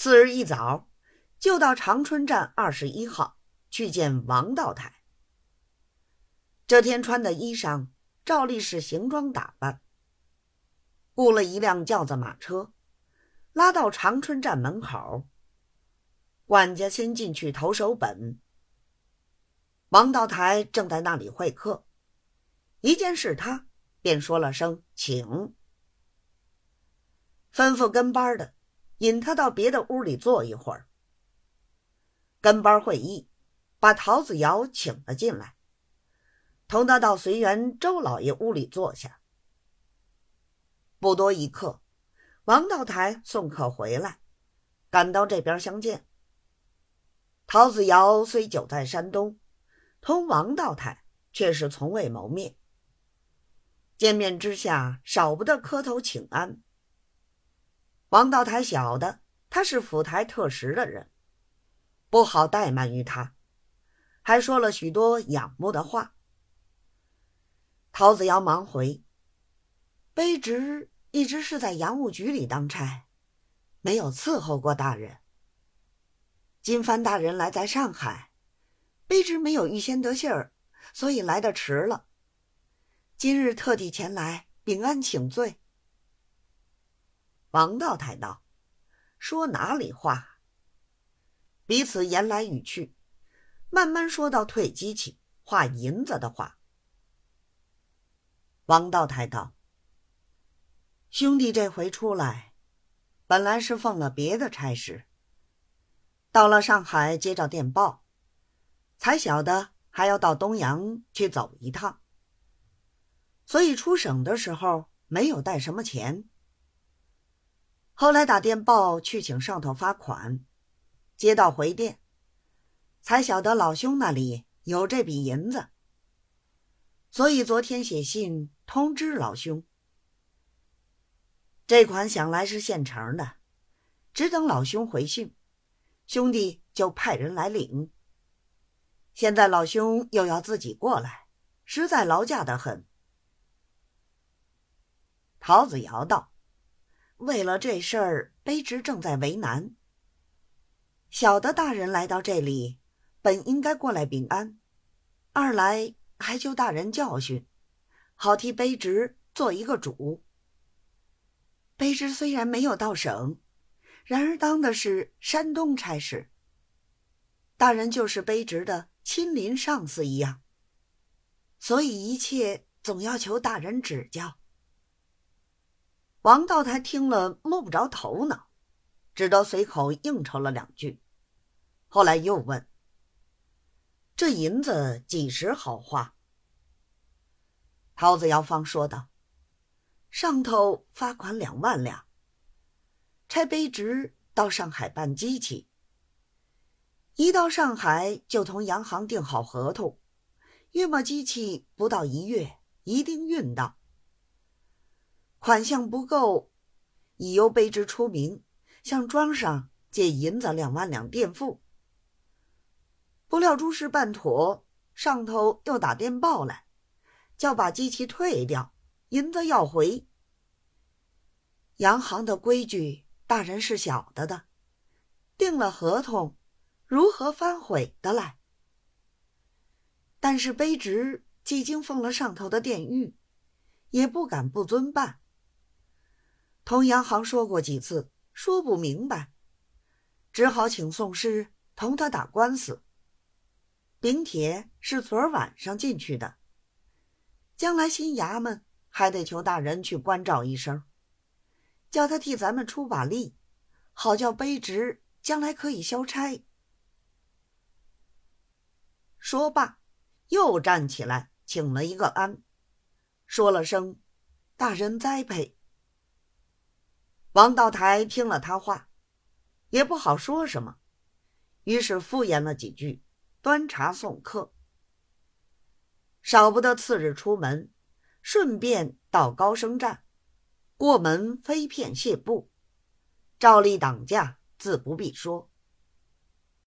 次日一早，就到长春站21号去见王道台。这天穿的衣裳照例是行装打扮，雇了一辆轿子马车，拉到长春站门口。管家先进去投手本。王道台正在那里会客，一见是他，便说了声请，吩咐跟班的引他到别的屋里坐一会儿。跟班会议把陶子尧请了进来，同他到随园周老爷屋里坐下。不多一刻，王道台送客回来，赶到这边相见。陶子尧虽久在山东，同王道台却是从未谋面。见面之下，少不得磕头请安。王道台晓得他是府台特识的人，不好怠慢于他，还说了许多仰慕的话。陶子尧忙回：卑职一直是在洋务局里当差，没有伺候过大人。今番大人来在上海，卑职没有预先得信儿，所以来得迟了。今日特地前来禀安请罪。王道台道：说哪里话？彼此言来语去，慢慢说到退机器画银子的话。王道台道：兄弟这回出来，本来是奉了别的差事，到了上海接着电报，才晓得还要到东洋去走一趟，所以出省的时候没有带什么钱。后来打电报去请上头发款，接到回电，才晓得老兄那里有这笔银子，所以昨天写信通知老兄。这款想来是现成的，只等老兄回信，兄弟就派人来领。现在老兄又要自己过来，实在劳驾得很。陶子尧道：为了这事儿，卑职正在为难。晓得大人来到这里，本应该过来禀安，二来还求大人教训，好替卑职做一个主。卑职虽然没有到省，然而当的是山东差事，大人就是卑职的亲临上司一样，所以一切总要求大人指教。王道台听了摸不着头脑，只得随口应酬了两句，后来又问：这银子几时好花？陶子尧方说道：上头发款2万两，差卑职到上海办机器，一到上海就同洋行订好合同，约莫机器不到1月一定运到。款项不够，已由卑职出名向庄上借银子2万两垫付。不料诸事办妥，上头又打电报来，叫把机器退掉，银子要回。洋行的规矩大人是晓得的，定了合同，如何反悔得来？但是卑职既经奉了上头的电谕，也不敢不遵办。同洋行说过几次，说不明白，只好请讼师同他打官司。禀帖是昨儿晚上进去的，将来新衙门还得求大人去关照一声，叫他替咱们出把力，好叫卑职将来可以消差。说罢，又站起来请了一个安，说了声大人栽培。王道台听了他话，也不好说什么，于是敷衍了几句，端茶送客。少不得次日出门，顺便到高升站，过门飞片谢步，照例挡驾自不必说。